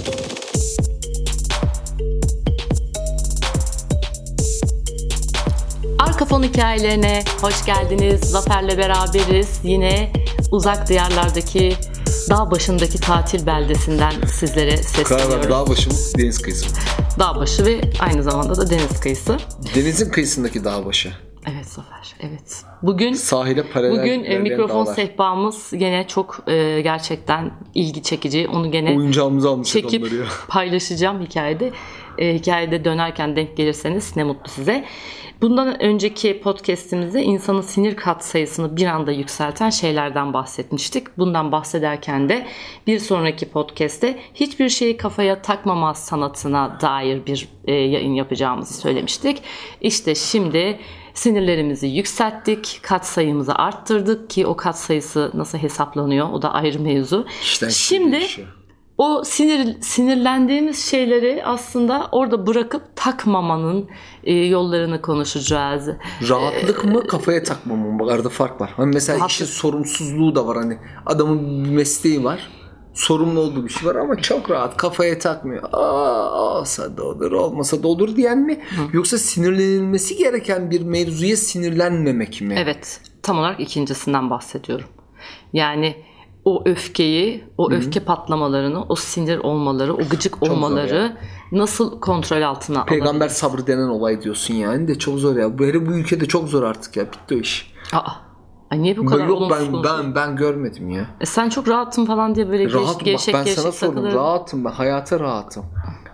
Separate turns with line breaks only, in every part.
Arka Fon hikayelerine hoş geldiniz. Zafer'le beraberiz. Yine uzak diyarlardaki dağ başındaki tatil beldesinden sizlere sesleniyoruz.
Dağ başı mı? Deniz kıyısı mı?
Dağ başı ve aynı zamanda da deniz kıyısı.
Denizin kıyısındaki dağ başı.
Evet Zafer, evet. Bugün
sahile paralel
mikrofon
dağlar.
sehpamız gene çok gerçekten ilgi çekici. Onu gene
oyuncağımızı almışlar
çekip
onları ya.
paylaşacağım hikayede. Hikayede dönerken denk gelirseniz ne mutlu size. Bundan önceki podcastimizde insanın sinir katsayısını bir anda yükselten şeylerden bahsetmiştik. Bundan bahsederken de bir sonraki podcast'te hiçbir şeyi kafaya takmama sanatına dair bir yayın yapacağımızı söylemiştik. İşte şimdi sinirlerimizi yükselttik, katsayımızı arttırdık ki o katsayısı nasıl hesaplanıyor o da ayrı mevzu. Şimdi o sinirlendiğimiz şeyleri aslında orada bırakıp takmamanın yollarını konuşacağız.
Rahatlık mı kafaya takmam mı? Bak arada fark var. Hani mesela işin sorumsuzluğu da var. Hani adamın bir mesleği var. Sorumlu olduğu bir şey var ama çok rahat kafaya takmıyor. Olsa da olur, olmasa da olur diyen mi? Yoksa sinirlenilmesi gereken bir mevzuya sinirlenmemek mi?
Evet, tam olarak ikincisinden bahsediyorum. Yani o öfkeyi, o öfke patlamalarını, o sinir olmaları, o gıcık olmaları nasıl kontrol altına alabiliriz?
Peygamber sabrı denen olay diyorsun yani de çok zor ya. Bu ülkede çok zor artık ya. Bitti o iş.
Ay niye bu kadar
olumsuz? Ben görmedim ya.
Sen çok rahatım falan diye böyle gevşek
ben sana sordum. Rahatım ben. Hayata rahatım.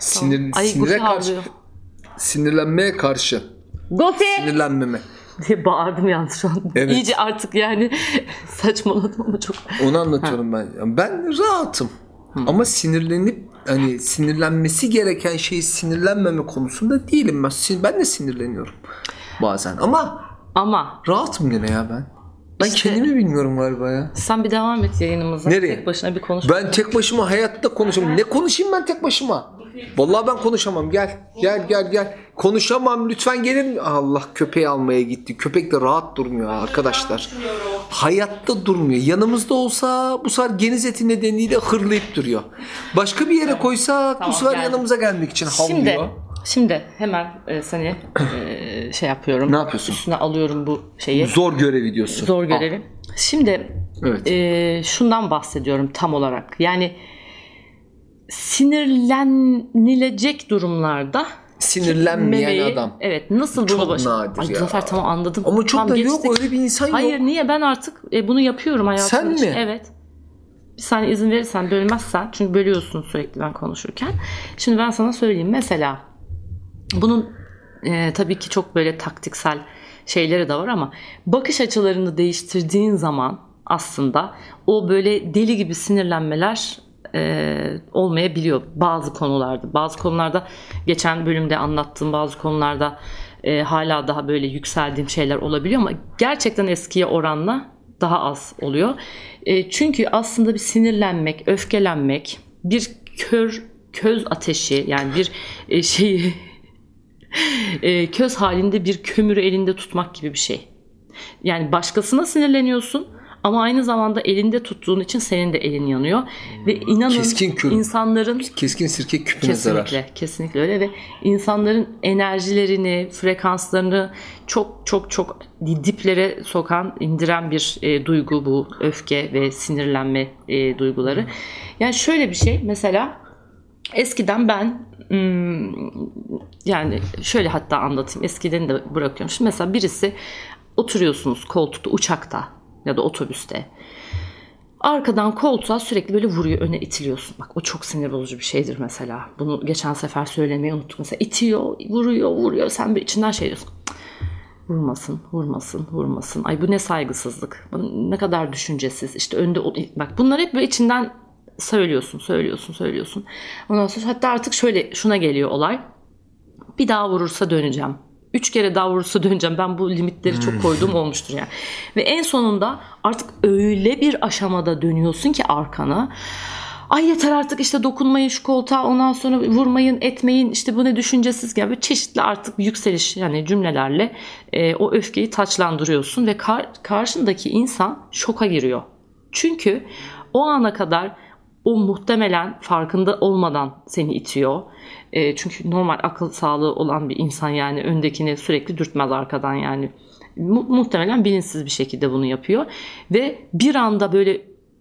Sinirlenmeye karşı. Sinirlenmeme.
diye bağırdım yalnız şu an.
Evet.
İyice artık yani saçmaladım ama çok.
Onu anlatıyorum ben. Ben rahatım. Ama sinirlenmesi gereken şeyi sinirlenmeme konusunda değilim ben. Ben de sinirleniyorum bazen. Ama rahatım gene ya ben. Ben kendimi bilmiyorum galiba ya.
Sen bir devam et yayınımıza.
Nereye?
Tek başına bir konuş.
Ben tek başıma hayatta konuşamam. Ne konuşayım ben tek başıma? Vallahi ben konuşamam. Gel. Konuşamam. Lütfen gelin. Allah köpeği almaya gitti. Köpek de rahat durmuyor arkadaşlar. Hayatta durmuyor. Yanımızda olsa bu sefer geniz eti nedeniyle hırlayıp duruyor. Başka bir yere koysak bu sefer yanımıza gelmek için havlıyor.
Şimdi hemen seni şey yapıyorum.
Ne yapıyorsun?
Üstüne alıyorum bu şeyi.
Zor görevi diyorsun.
Zor görevi. Şimdi şundan bahsediyorum tam olarak. Yani sinirlenilecek durumlarda
sinirlenmeyen adam.
Evet. Nasıl
bunu
çok
nadir ya.
Zafer tamam anladım.
Ama çok da yok öyle bir insan yok.
Hayır niye ben artık bunu yapıyorum hayatımda.
Sen mi?
Evet. Bir saniye izin verirsen bölmezsen. Çünkü bölüyorsun sürekli ben konuşurken. Şimdi ben sana söyleyeyim. Mesela bunun tabii ki çok böyle taktiksel şeyleri de var ama bakış açılarını değiştirdiğin zaman aslında o böyle deli gibi sinirlenmeler olmayabiliyor bazı konularda. Bazı konularda geçen bölümde anlattığım bazı konularda hala daha böyle yükseldiğim şeyler olabiliyor ama gerçekten eskiye oranla daha az oluyor. Çünkü aslında bir sinirlenmek, öfkelenmek, bir köz ateşi yani bir şeyi köz halinde bir kömürü elinde tutmak gibi bir şey. Yani başkasına sinirleniyorsun ama aynı zamanda elinde tuttuğun için senin de elin yanıyor. Ve inanın insanların
keskin sirke küpüne zarar.
Kesinlikle öyle ve insanların enerjilerini, frekanslarını çok diplere indiren bir duygu bu öfke ve sinirlenme duyguları. Yani şöyle bir şey mesela eskiden ben yani şöyle hatta anlatayım. Eskiden de bırakıyorum. Şimdi mesela birisi oturuyorsunuz koltukta, uçakta ya da otobüste. Arkadan koltuğa sürekli böyle vuruyor, öne itiliyorsun. Bak o çok sinir bozucu bir şeydir mesela. Bunu geçen sefer söylemeyi unuttum. Mesela itiyor, vuruyor. Sen bir içinden şey diyorsun. Vurmasın. Ay bu ne saygısızlık. Ne kadar düşüncesiz. İşte önde bak bunlar hep böyle içinden söylüyorsun. Ondan sonra hatta artık şuna geliyor olay. Bir daha vurursa döneceğim. 3 kere daha vurursa döneceğim. Ben bu limitleri çok koyduğum olmuştur yani. Ve en sonunda artık öyle bir aşamada dönüyorsun ki arkana. Ay yeter artık işte dokunmayın şu koltuğa, ondan sonra vurmayın, etmeyin, işte bu ne düşüncesiz gibi çeşitli artık yükseliş yani cümlelerle o öfkeyi taçlandırıyorsun ve karşındaki insan şoka giriyor. Çünkü o ana kadar o muhtemelen farkında olmadan seni itiyor. Çünkü normal akıl sağlığı olan bir insan yani öndekini sürekli dürtmez arkadan yani. Muhtemelen bilinçsiz bir şekilde bunu yapıyor. Ve bir anda böyle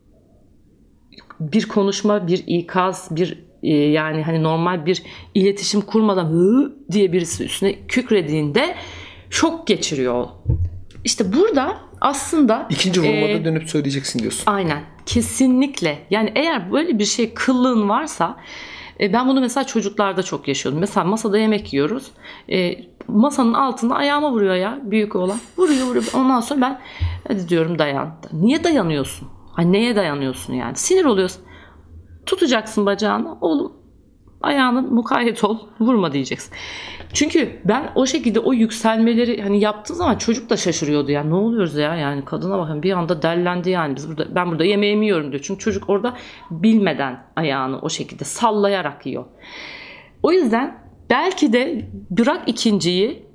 bir konuşma, bir ikaz, bir yani hani normal bir iletişim kurmadan hı diye birisi üstüne kükrediğinde şok geçiriyor. İşte burada aslında
İkinci vurmada dönüp söyleyeceksin diyorsun.
Aynen. Kesinlikle. Yani eğer böyle bir şey kıllığın varsa ben bunu mesela çocuklarda çok yaşıyordum. Mesela masada yemek yiyoruz. Masanın altında ayağıma vuruyor ya büyük oğlan. Vuruyor. Ondan sonra ben hadi diyorum dayan. Niye dayanıyorsun? Neye dayanıyorsun yani? Sinir oluyorsun. Tutacaksın bacağını. Oğlum ayağına mukayyet ol. Vurma diyeceksin. Çünkü ben o şekilde o yükselmeleri hani yaptığım zaman çocuk da şaşırıyordu. Yani ne oluyoruz ya? Yani kadına bakın bir anda dellendi yani. Ben burada yemeğimi yiyorum diyor. Çünkü çocuk orada bilmeden ayağını o şekilde sallayarak yiyor. O yüzden belki de bırak ikinciyi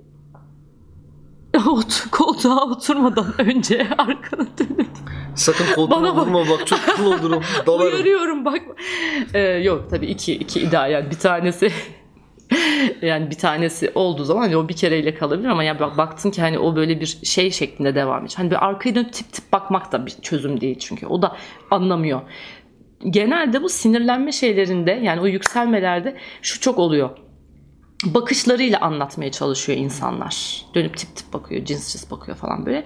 koltuğa oturmadan önce arkanı dönüp
sakın koltuğuma vurma bak çok kıl olurum. Dalarım.
Uyarıyorum bak. Yok tabii iki ideal yani bir tanesi yani bir tanesi olduğu zaman hani o bir kereyle kalabilir ama ya baktın ki hani o böyle bir şey şeklinde devam ediyor. Hani bir arkaya dönüp tip bakmak da bir çözüm değil çünkü o da anlamıyor. Genelde bu sinirlenme şeylerinde yani o yükselmelerde şu çok oluyor. Bakışlarıyla anlatmaya çalışıyor insanlar. Dönüp tip bakıyor, cins bakıyor falan böyle.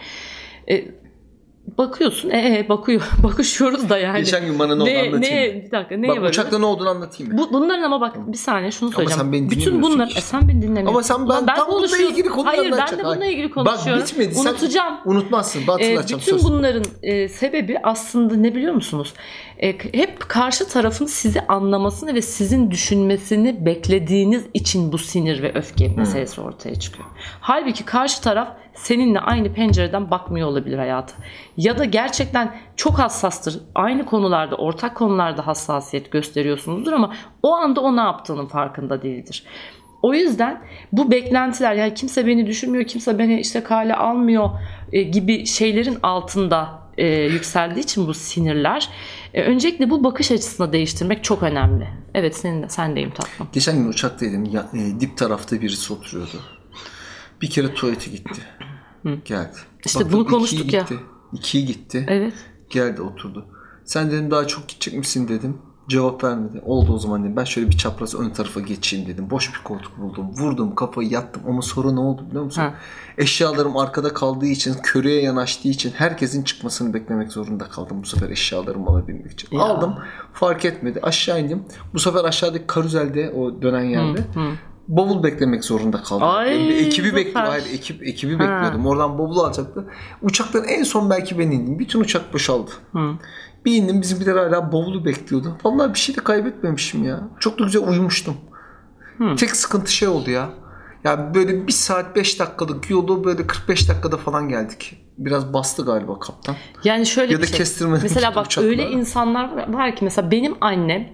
Bakıyorsun bakışıyoruz da yani.
Geçen gün bana ne oldu anlatayım.
Bir dakika neye
bak uçakta ne olduğunu anlatayım mı?
Bunların ama bak bir saniye şunu söyleyeceğim.
Ama sen beni
bütün bunlar sen beni dinlemiyorsun.
Ama ben tam bununla ilgili konuyu
anlatacağım. Hayır ben de bununla ilgili konuşuyorum.
Bak bitmedi.
Unutacağım.
Unutmazsın. Hatırlatacağım.
Bütün bunların sebebi aslında ne biliyor musunuz? Hep karşı tarafın sizi anlamasını ve sizin düşünmesini beklediğiniz için bu sinir ve öfke meselesi ortaya çıkıyor. Halbuki karşı taraf seninle aynı pencereden bakmıyor olabilir hayata. Ya da gerçekten çok hassastır. Aynı konularda, ortak konularda hassasiyet gösteriyorsunuzdur ama o anda o ne yaptığının farkında değildir. O yüzden bu beklentiler yani kimse beni düşünmüyor, kimse beni işte kale almıyor gibi şeylerin altında yükseldiği için bu sinirler. Öncelikle bu bakış açısını değiştirmek çok önemli. Evet sendeyim tatlım.
Geçen gün uçaktaydım. Dip tarafta birisi oturuyordu. Bir kere tuvalete gitti. Geldi.
İşte
baktım,
bunu konuştuk ya.
2'yi gitti.
Evet.
Geldi oturdu. Sen dedim daha çok gidecek misin dedim. Cevap vermedi. Oldu o zaman dedim. Ben şöyle bir çapraz ön tarafa geçeyim dedim. Boş bir koltuk buldum. Vurdum kafayı yattım. Ama sonra ne oldu biliyor musun? Eşyalarım arkada kaldığı için, köreye yanaştığı için herkesin çıkmasını beklemek zorunda kaldım bu sefer eşyalarımı alabilmek için. Ya. Aldım. Fark etmedi. Aşağı indim. Bu sefer aşağıdaki karuzelde o dönen yerde bavul beklemek zorunda kaldım. Ekibi bekliyordum. Oradan bavul alacaktı. Uçaktan en son belki ben indim. Bütün uçak boşaldı. Bir indim bizimkiler hala bavulu bekliyordu. Vallahi bir şey de kaybetmemişim ya. Çok da güzel uyumuştum. Tek sıkıntı şey oldu ya. Ya böyle 1 saat 5 dakikalık yolu böyle 45 dakikada falan geldik. Biraz bastı galiba kaptan.
Yani şöyle
ya
bir
da
şey.
kestirmedim.
Mesela bak uçaklar. Öyle insanlar var ki mesela benim annem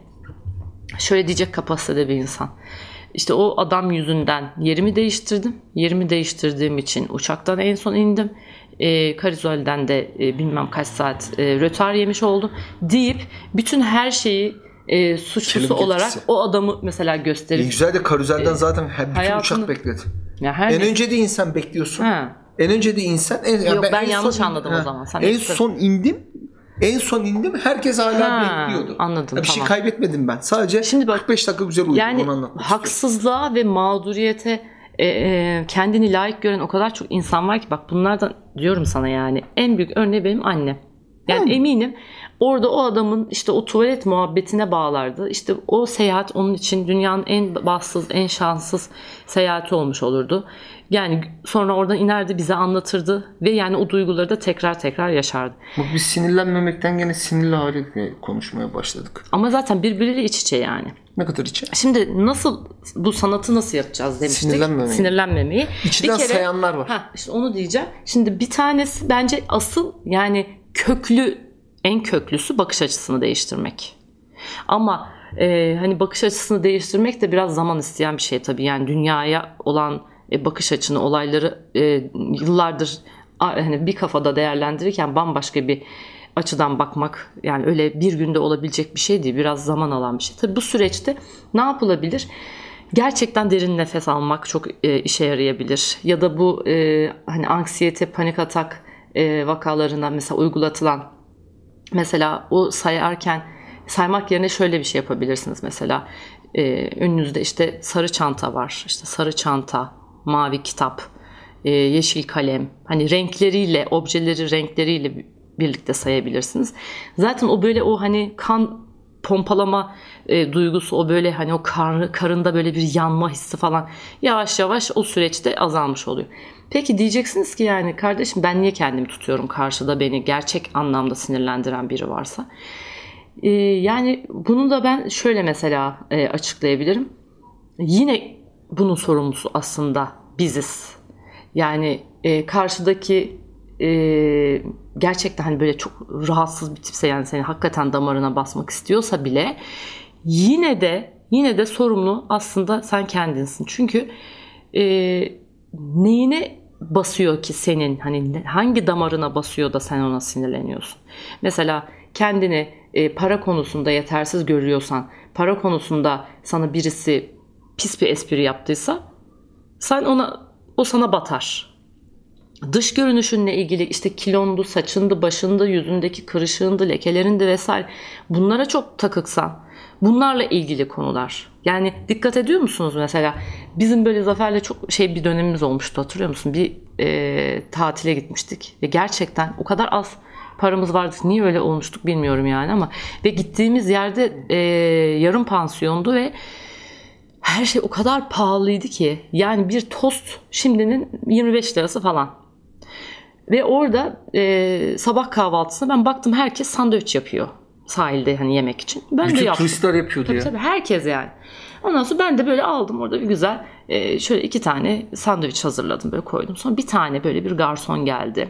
şöyle diyecek kapasitede bir insan. İşte o adam yüzünden yerimi değiştirdim. Yerimi değiştirdiğim için uçaktan en son indim. Karizol'den de bilmem kaç saat rötar yemiş oldum deyip bütün her şeyi suçlusu olarak o adamı mesela gösterip.
Güzel de Karuzel'den zaten bütün uçak bekledi. En önce de insan bekliyorsun. En önce de insan.
Yok ben yanlış anladım o zaman. Sen
en son indim. Herkes hala bekliyordu.
Anladım.
Bir şey kaybetmedim ben. Sadece şimdi bak, 45 dakika güzel uyudum.
Yani haksızlığa istiyorum. Ve mağduriyete kendini layık gören o kadar çok insan var ki bak bunlardan diyorum sana yani en büyük örneği benim annem. Yani eminim orada o adamın işte o tuvalet muhabbetine bağlardı. İşte o seyahat onun için dünyanın en bahtsız, en şanssız seyahati olmuş olurdu. Yani sonra oradan inerdi bize anlatırdı ve yani o duyguları da tekrar yaşardı.
Bak biz sinirlenmemekten gene sinirli hale konuşmaya başladık.
Ama zaten birbiriyle iç içe yani.
Ne kadar içe?
Şimdi nasıl bu sanatı nasıl yapacağız demiştik. Sinirlenmemeyi.
İçinden sayanlar var.
İşte onu diyeceğim. Şimdi bir tanesi bence asıl yani en köklüsü bakış açısını değiştirmek. Ama hani bakış açısını değiştirmek de biraz zaman isteyen bir şey tabii. Yani dünyaya olan bakış açını, olayları yıllardır hani bir kafada değerlendirirken bambaşka bir açıdan bakmak, yani öyle bir günde olabilecek bir şey değil. Biraz zaman alan bir şey. Tabii bu süreçte ne yapılabilir? Gerçekten derin nefes almak çok işe yarayabilir. Ya da bu hani anksiyete, panik atak vakalarına mesela uygulatılan, mesela o saymak yerine şöyle bir şey yapabilirsiniz mesela. Önünüzde işte sarı çanta var. İşte sarı çanta, mavi kitap, yeşil kalem. Hani renkleriyle, objeleri renkleriyle birlikte sayabilirsiniz. Zaten o böyle o hani kan pompalama duygusu, o böyle hani o karında böyle bir yanma hissi falan yavaş yavaş o süreçte azalmış oluyor. Peki diyeceksiniz ki yani kardeşim ben niye kendimi tutuyorum karşıda beni gerçek anlamda sinirlendiren biri varsa? Yani bunu da ben şöyle mesela açıklayabilirim. Yine bunun sorumlusu aslında biziz. Yani karşıdaki gerçekten hani böyle çok rahatsız bir tipse, yani seni hakikaten damarına basmak istiyorsa bile yine de sorumlu aslında sen kendinsin. Çünkü neyine basıyor ki senin, hani hangi damarına basıyor da sen ona sinirleniyorsun? Mesela kendini para konusunda yetersiz görüyorsan, para konusunda sana birisi pis bir espri yaptıysa o sana batar. Dış görünüşünle ilgili işte kilondu, saçındı, başındı, yüzündeki kırışığındı, lekelerindi vesaire, bunlara çok takıksan, bunlarla ilgili konular. Yani dikkat ediyor musunuz mesela? Bizim böyle Zafer'le çok bir dönemimiz olmuştu, hatırlıyor musun? Bir tatile gitmiştik ve gerçekten o kadar az paramız vardı. Niye öyle olmuştuk bilmiyorum yani, ama ve gittiğimiz yerde yarım pansiyondu ve her şey o kadar pahalıydı ki, yani bir tost şimdinin 25 lirası falan. Ve orada sabah kahvaltısına ben baktım herkes sandviç yapıyor sahilde hani yemek için. Ben
bütün
de yaptım.
turistler yapıyordu ya.
Tabii herkes yani. Ondan sonra ben de böyle aldım orada bir güzel şöyle 2 tane sandviç hazırladım, böyle koydum. Sonra bir tane böyle bir garson geldi.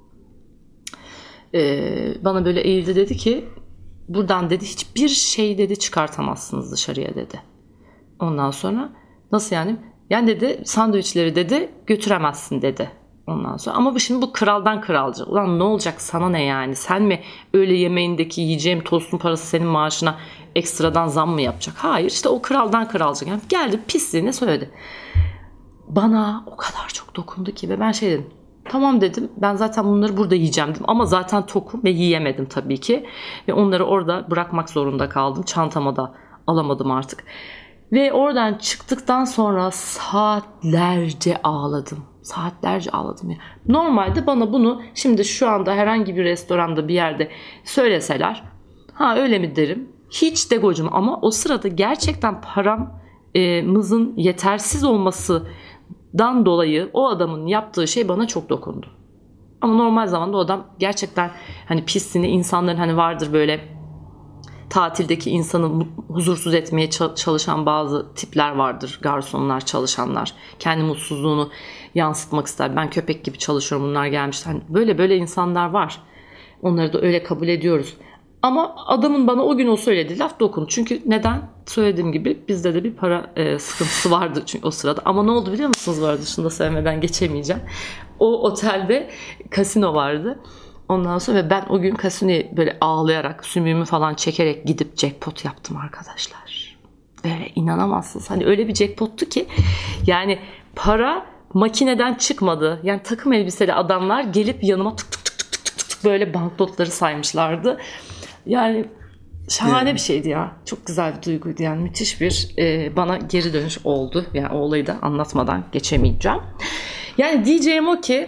Bana böyle eğildi, dedi ki buradan dedi hiçbir şey dedi çıkartamazsınız dışarıya dedi. Ondan sonra nasıl yani? Yani dedi sandviçleri dedi götüremezsin dedi. Ondan sonra ama bu kraldan kralcı. Ulan ne olacak, sana ne yani? Sen mi öğle yemeğindeki yiyeceğim tostun parası senin maaşına ekstradan zam mı yapacak? Hayır, işte o kraldan kralcı. Yani geldi pisliğini söyledi. Bana o kadar çok dokundu ki ve ben dedim. Tamam dedim, ben zaten bunları burada yiyeceğim dedim ama zaten tokum ve yiyemedim tabii ki. Ve onları orada bırakmak zorunda kaldım. Çantama da alamadım artık. Ve oradan çıktıktan sonra saatlerce ağladım. Saatlerce ağladım ya. Normalde bana bunu şimdi şu anda herhangi bir restoranda bir yerde söyleseler, ha öyle mi derim. Hiç de gocum, ama o sırada gerçekten paramızın yetersiz olmasından dolayı o adamın yaptığı şey bana çok dokundu. Ama normal zamanda o adam gerçekten hani pisliğini, insanların hani vardır böyle tatildeki insanı huzursuz etmeye çalışan bazı tipler vardır. Garsonlar, çalışanlar. Kendi mutsuzluğunu yansıtmak ister. Ben köpek gibi çalışıyorum, bunlar gelmişler. Hani böyle insanlar var. Onları da öyle kabul ediyoruz. Ama adamın bana o gün o söylediği laf dokundu. Çünkü neden? Söylediğim gibi bizde de bir para sıkıntısı vardı çünkü o sırada. Ama ne oldu biliyor musunuz bu arada? Şunu da söylemeden geçemeyeceğim. O otelde kasino vardı. Ondan sonra ve ben o gün kasinoya böyle ağlayarak, sümüğümü falan çekerek gidip jackpot yaptım arkadaşlar. Böyle inanamazsınız. Hani öyle bir jackpottu ki yani para makineden çıkmadı. Yani takım elbiseli adamlar gelip yanıma tık tık tık tık tık tık tık böyle banknotları saymışlardı. Yani şahane bir şeydi ya. Çok güzel bir duyguydu yani. Müthiş bir bana geri dönüş oldu. Yani o olayı da anlatmadan geçemeyeceğim. Yani diyeceğim o ki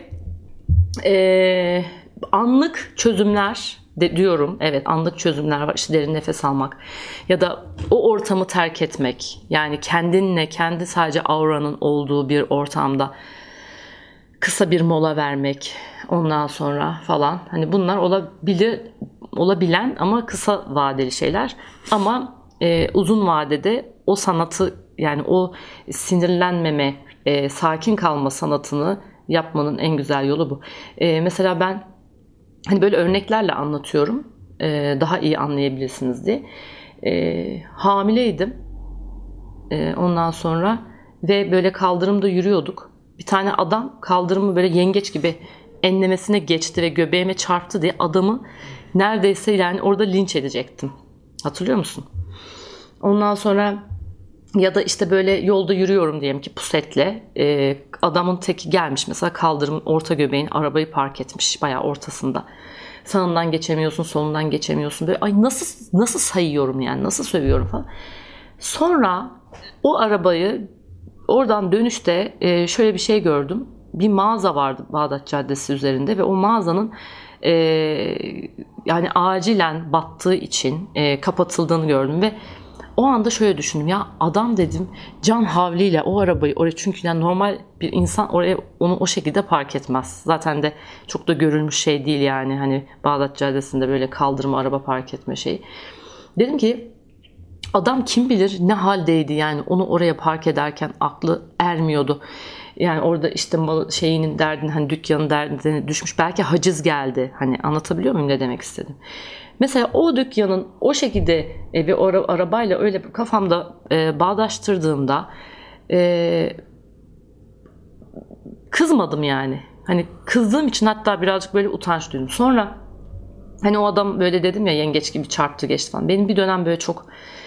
anlık çözümler diyorum. Evet, anlık çözümler var. İşte derin nefes almak ya da o ortamı terk etmek. Yani kendinle, kendi sadece auranın olduğu bir ortamda kısa bir mola vermek. Ondan sonra falan. Hani bunlar olabilen ama kısa vadeli şeyler. Ama uzun vadede o sanatı, yani o sinirlenmeme, sakin kalma sanatını yapmanın en güzel yolu bu. Mesela ben hani böyle örneklerle anlatıyorum. Daha iyi anlayabilirsiniz diye. Hamileydim. Ondan sonra ve böyle kaldırımda yürüyorduk. Bir tane adam kaldırımı böyle yengeç gibi enlemesine geçti ve göbeğime çarptı diye adamı neredeyse yani orada linç edecektim. Hatırlıyor musun? Ondan sonra ya da işte böyle yolda yürüyorum diyelim ki pusetle, adamın teki gelmiş mesela kaldırımın orta göbeğin, arabayı park etmiş bayağı ortasında. Sağından geçemiyorsun, solundan geçemiyorsun. Böyle ay nasıl sayıyorum yani, nasıl sövüyorum falan. Sonra o arabayı oradan dönüşte şöyle bir şey gördüm. Bir mağaza vardı Bağdat Caddesi üzerinde ve o mağazanın yani acilen battığı için kapatıldığını gördüm ve o anda şöyle düşündüm, ya adam dedim can havliyle o arabayı oraya, çünkü yani normal bir insan oraya onu o şekilde park etmez. Zaten de çok da görülmüş şey değil yani, hani Bağdat Caddesi'nde böyle kaldırma araba park etme şeyi. Dedim ki adam kim bilir ne haldeydi yani, onu oraya park ederken aklı ermiyordu. Yani orada işte şeyinin derdini, hani dükkanın derdine düşmüş. Belki haciz geldi. Hani anlatabiliyor muyum ne demek istedim? Mesela o dükkanın o şekilde ve arabayla öyle kafamda bağdaştırdığımda kızmadım yani. Hani kızdığım için hatta birazcık böyle utanç duydum. Sonra hani o adam böyle dedim ya, yengeç gibi çarptı geçti falan. Benim bir dönem böyle çok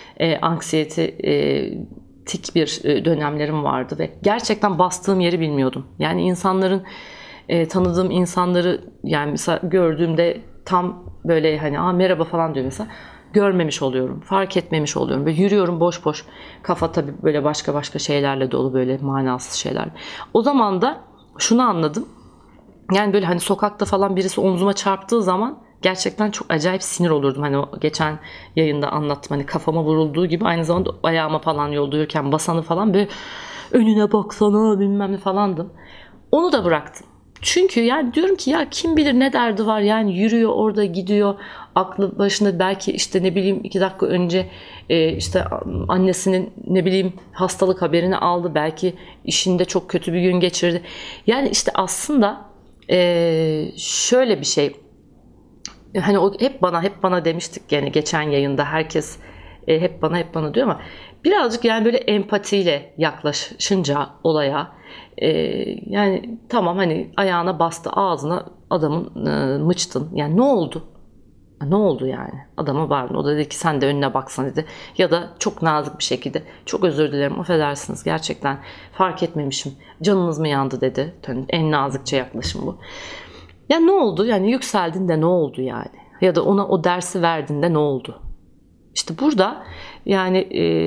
anksiyetik bir dönemlerim vardı ve gerçekten bastığım yeri bilmiyordum. Yani insanların, tanıdığım insanları yani mesela gördüğümde tam böyle hani merhaba falan diyor mesela, görmemiş oluyorum, fark etmemiş oluyorum. Böyle yürüyorum boş boş, kafa tabii böyle başka şeylerle dolu, böyle manasız şeyler. O zaman da şunu anladım. Yani böyle hani sokakta falan birisi omzuma çarptığı zaman gerçekten çok acayip sinir olurdum. Hani o geçen yayında anlattım, hani kafama vurulduğu gibi aynı zamanda ayağıma falan yolda yürürken basanı falan böyle önüne baksana bilmem ne falandım. Onu da bıraktım. Çünkü yani diyorum ki ya kim bilir ne derdi var yani, yürüyor orada gidiyor, aklı başında, belki işte ne bileyim 2 dakika önce işte annesinin ne bileyim hastalık haberini aldı, belki işinde çok kötü bir gün geçirdi. Yani işte aslında şöyle bir şey, hani o hep bana demiştik yani geçen yayında, herkes hep bana diyor ama birazcık yani böyle empatiyle yaklaşınca olaya, yani tamam hani ayağına bastı, ağzına adamın mıçtın, yani ne oldu? Ne oldu yani? Adama bağırdın. O da dedi ki sen de önüne baksan dedi. Ya da çok nazik bir şekilde çok özür dilerim, affedersiniz gerçekten fark etmemişim. Canınız mı yandı dedi. Yani en nazikçe yaklaşım bu. Ya ne oldu? Yani yükseldin de ne oldu yani? Ya da ona o dersi verdin de ne oldu? İşte burada yani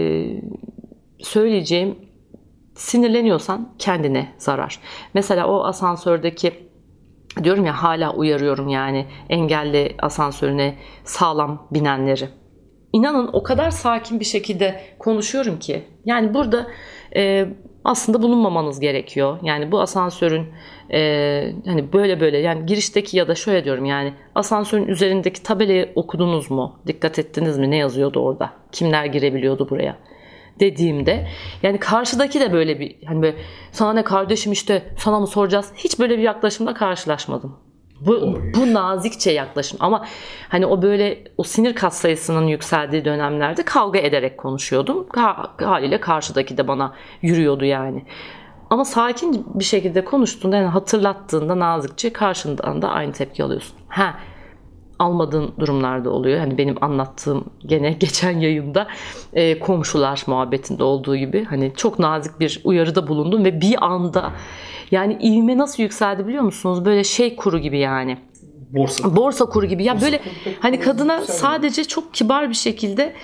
söyleyeceğim, sinirleniyorsan kendine zarar. Mesela o asansördeki, diyorum ya hala uyarıyorum yani engelli asansörüne sağlam binenleri. İnanın o kadar sakin bir şekilde konuşuyorum ki yani burada aslında bulunmamanız gerekiyor. Yani bu asansörün hani böyle yani girişteki, ya da şöyle diyorum yani asansörün üzerindeki tabelayı okudunuz mu? Dikkat ettiniz mi? Ne yazıyordu orada? Kimler girebiliyordu buraya? Dediğimde yani karşıdaki de böyle bir hani böyle sana ne kardeşim işte sana mı soracağız? Hiç böyle bir yaklaşımla karşılaşmadım. Bu nazikçe yaklaşım, ama hani o böyle o sinir katsayısının yükseldiği dönemlerde kavga ederek konuşuyordum. Haliyle karşıdaki de bana yürüyordu yani. Ama sakin bir şekilde konuştuğunda, yani hatırlattığında nazikçe, karşından da aynı tepki alıyorsun. Almadığın durumlarda oluyor. Hani benim anlattığım gene geçen yayında komşular muhabbetinde olduğu gibi hani çok nazik bir uyarıda bulundum ve bir anda yani ivme nasıl yükseldi biliyor musunuz? Böyle şey kuru gibi yani. Borsa kuru gibi. Ya böyle hani kadına sadece çok kibar bir şekilde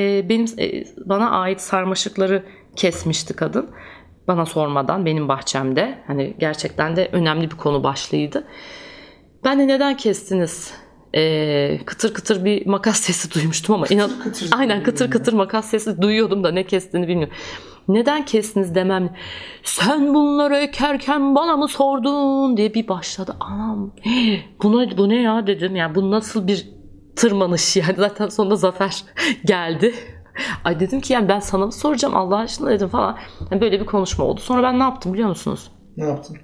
bana ait sarmaşıkları kesmişti kadın. Bana sormadan benim bahçemde. Hani gerçekten de önemli bir konu başlığıydı. Ben de neden kestiniz? Kıtır kıtır bir makas sesi duymuştum ama aynen kıtır kıtır makas sesi duyuyordum da ne kestiğini bilmiyorum. Neden kestiniz demem. Sen bunları ekerken bana mı sordun diye bir başladı. Anam bu ne ya dedim. Yani bu nasıl bir tırmanış yani, zaten sonunda zafer geldi. Ay dedim ki yani ben sana mı soracağım Allah aşkına dedim falan. Yani böyle bir konuşma oldu. Sonra ben ne yaptım biliyor musunuz?
Ne yaptın?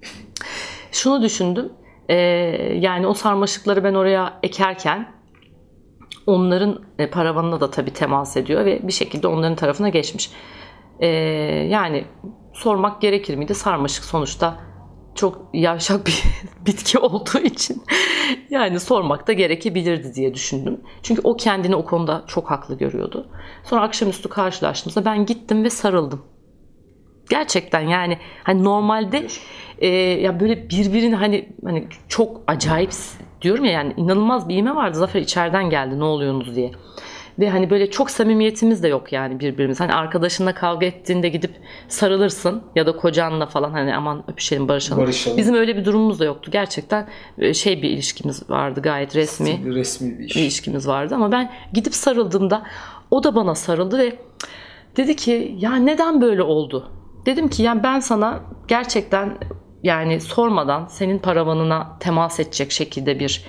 Şunu düşündüm. Yani o sarmaşıkları ben oraya ekerken onların paravanına da tabii temas ediyor ve bir şekilde onların tarafına geçmiş. Yani sormak gerekir miydi? Sarmaşık sonuçta çok yavşak bir bitki olduğu için yani sormak da gerekebilirdi diye düşündüm. Çünkü o kendini o konuda çok haklı görüyordu. Sonra akşamüstü karşılaştığımızda ben gittim ve sarıldım. Gerçekten yani hani normalde ya böyle birbirini hani çok acayip diyorum ya, yani inanılmaz bir ivme vardı. Zafer içeriden geldi, ne oluyorsunuz diye. Ve hani böyle çok samimiyetimiz de yok yani birbirimiz. Hani arkadaşınla kavga ettiğinde gidip sarılırsın ya da kocanla falan, hani aman öpüşelim, barışalım. Bizim öyle bir durumumuz da yoktu. Gerçekten bir ilişkimiz vardı, gayet resmi bir ilişkimiz vardı. Ama ben gidip sarıldığımda o da bana sarıldı ve dedi ki ya neden böyle oldu? Dedim ki yani ben sana gerçekten yani sormadan senin paravanına temas edecek şekilde bir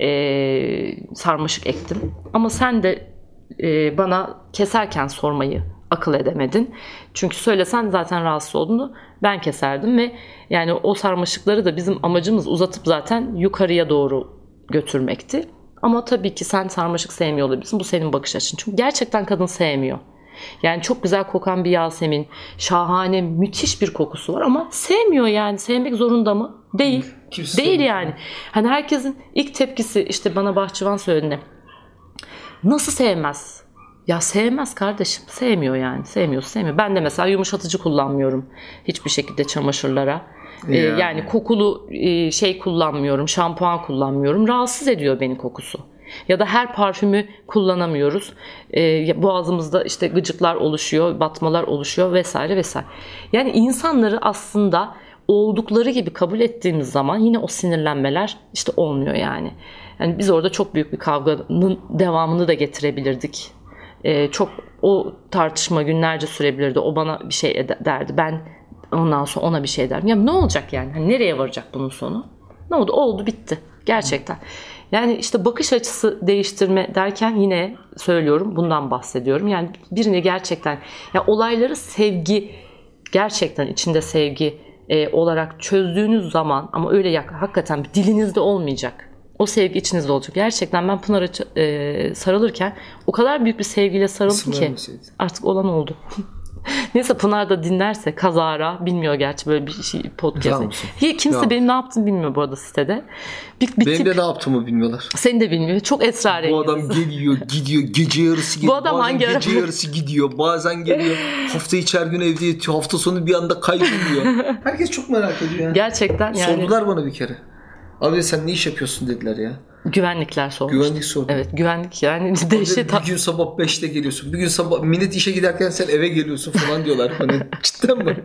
sarmaşık ektim. Ama sen de bana keserken sormayı akıl edemedin. Çünkü söylesen zaten rahatsız olduğunu ben keserdim ve yani o sarmaşıkları da bizim amacımız uzatıp zaten yukarıya doğru götürmekti. Ama tabii ki sen sarmaşık sevmiyor olabilirsin. Bu senin bakış açın. Çünkü gerçekten kadın sevmiyor. Yani çok güzel kokan bir Yasemin, şahane, müthiş bir kokusu var ama sevmiyor yani. Sevmek zorunda mı? Değil.
Kimse
değil yani. Hani herkesin ilk tepkisi, işte bana bahçıvan söyledi. Nasıl sevmez? Ya sevmez kardeşim. Sevmiyor yani. Sevmiyor. Ben de mesela yumuşatıcı kullanmıyorum hiçbir şekilde çamaşırlara. Yani kokulu şey kullanmıyorum. Şampuan kullanmıyorum. Rahatsız ediyor beni kokusu. Ya da her parfümü kullanamıyoruz. Boğazımızda işte gıcıklar oluşuyor, batmalar oluşuyor vesaire vesaire. Yani insanları aslında oldukları gibi kabul ettiğimiz zaman yine o sinirlenmeler işte olmuyor yani. Yani biz orada çok büyük bir kavganın devamını da getirebilirdik. Çok o tartışma günlerce sürebilirdi. O bana bir şey derdi. Ben ondan sonra ona bir şey derdim. Ya ne olacak yani? Hani nereye varacak bunun sonu? Ne oldu? Oldu, bitti. Gerçekten. Yani işte bakış açısı değiştirme derken yine söylüyorum, bundan bahsediyorum. Yani birini gerçekten ya olayları sevgi, gerçekten içinde sevgi olarak çözdüğünüz zaman, ama öyle hakikaten dilinizde olmayacak. O sevgi içinizde olacak. Gerçekten ben Pınar'a sarılırken o kadar büyük bir sevgiyle sarıldım ki artık olan oldu. Neyse, Pınar da dinlerse kazara, bilmiyor gerçi böyle bir şey podcast. Kimse benim ne yaptığımı bilmiyor bu arada sitede.
Benim de ne yaptığımı bilmiyorlar.
Seni de bilmiyor. Çok esrarengiz.
Bu adam geliyor, gidiyor, gece yarısı geliyor.
Bu adam
bazen
hangi
gece yarısı gidiyor, bazen geliyor. Hafta içi her gün evde yatıyor. Hafta sonu bir anda kayboluyor. Herkes çok merak ediyor yani.
Gerçekten yani.
Sordular bana bir kere. Abi sen ne iş yapıyorsun dediler ya.
Güvenlikler sormuş.
Güvenlik sordu.
Evet, güvenlik yani dehşet.
Bir gün sabah 5'te geliyorsun. Bir gün sabah millet işe giderken sen eve geliyorsun falan diyorlar. Hani cidden mi?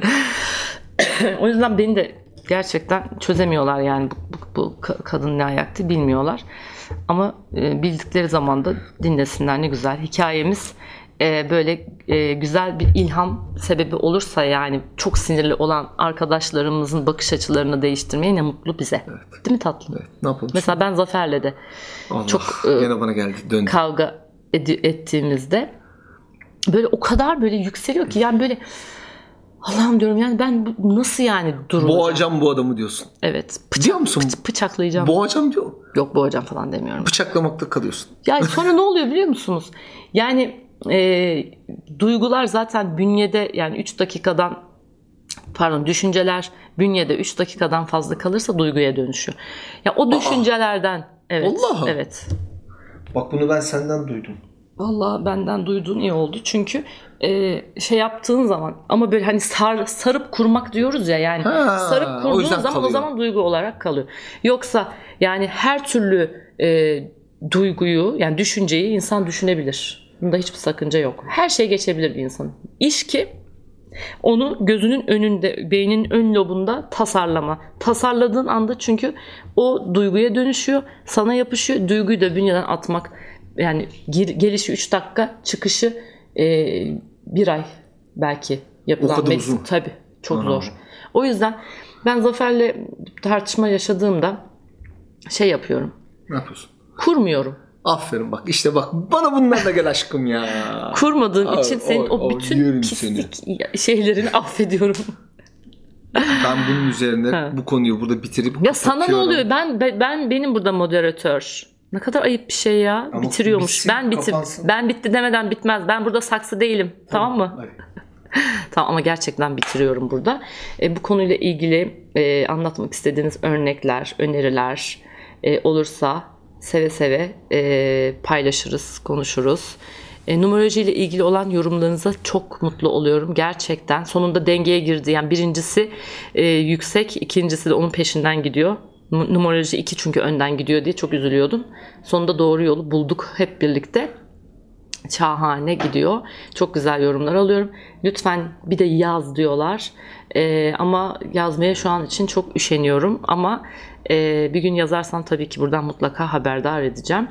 O yüzden beni de gerçekten çözemiyorlar yani bu kadın ne ayaktı bilmiyorlar. Ama bildikleri zaman da dinlesinler, ne güzel. Hikayemiz böyle güzel bir ilham sebebi olursa, yani çok sinirli olan arkadaşlarımızın bakış açılarını değiştirmeye ne mutlu bize. Evet. Değil mi tatlım?
Evet. Ne yapalım?
Mesela ben Zafer'le de
Allah,
çok
gene bana geldi, döndü.
Kavga ettiğimizde böyle o kadar böyle yükseliyor ki yani böyle Allah'ım diyorum yani ben nasıl yani duracağım?
Boğacağım bu adamı diyorsun.
Evet.
Diyor musun?
Bıçaklayacağım.
Boğacağım diyor.
Yok, boğacağım falan demiyorum.
Bıçaklamakta kalıyorsun.
Ya sonra ne oluyor biliyor musunuz? Yani duygular zaten bünyede, yani 3 dakikadan düşünceler bünyede 3 dakikadan fazla kalırsa duyguya dönüşüyor. Ya o düşüncelerden evet.
Vallahi.
Evet.
Bak bunu ben senden duydum.
Vallahi benden duyduğun iyi oldu. Çünkü şey yaptığın zaman, ama böyle hani sarıp kurmak diyoruz ya, yani sarıp kurduğun zaman kalıyor. O zaman duygu olarak kalıyor. Yoksa yani her türlü duyguyu, yani düşünceyi insan düşünebilir. Bunda hiçbir sakınca yok. Her şey geçebilir bir insan. İş ki onu gözünün önünde, beynin ön lobunda tasarlama. Tasarladığın anda çünkü o duyguya dönüşüyor, sana yapışıyor. Duyguyu da bünyeden atmak, yani gelişi 3 dakika, çıkışı 1 ay belki yapılan medicine. Tabii çok zor. O yüzden ben Zafer'le tartışma yaşadığımda şey yapıyorum.
Ne yapıyorsun?
Kurmuyorum.
Aferin bak, işte bak bana bunlarla gel aşkım ya.
Kurmadığın için senin o bütün pislik şeylerini affediyorum.
Ben bunun üzerine bu konuyu burada bitirip
ya sana ne oluyor? Benim burada moderatör. Ne kadar ayıp bir şey ya. Ama bitiriyormuş. Ben bitti demeden bitmez. Ben burada saksı değilim. Tamam mı?
Hayır.
Tamam ama gerçekten bitiriyorum burada. Bu konuyla ilgili anlatmak istediğiniz örnekler, öneriler olursa seve seve paylaşırız, konuşuruz. Numeroloji ile ilgili olan yorumlarınıza çok mutlu oluyorum. Gerçekten sonunda dengeye girdi. Yani birincisi yüksek, ikincisi de onun peşinden gidiyor. Numeroloji 2 çünkü önden gidiyor diye çok üzülüyordum. Sonunda doğru yolu bulduk hep birlikte. Şahane gidiyor. Çok güzel yorumlar alıyorum. Lütfen bir de yaz diyorlar. Ama yazmaya şu an için çok üşeniyorum. Ama bir gün yazarsam tabii ki buradan mutlaka haberdar edeceğim.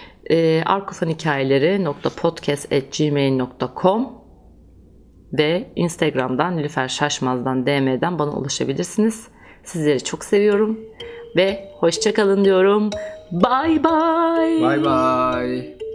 arkufanhikayeleri.podcast@gmail.com ve Instagram'dan Nilüfer Şaşmaz'dan DM'den bana ulaşabilirsiniz. Sizleri çok seviyorum ve hoşça kalın diyorum. Bye bye.
Bye bye.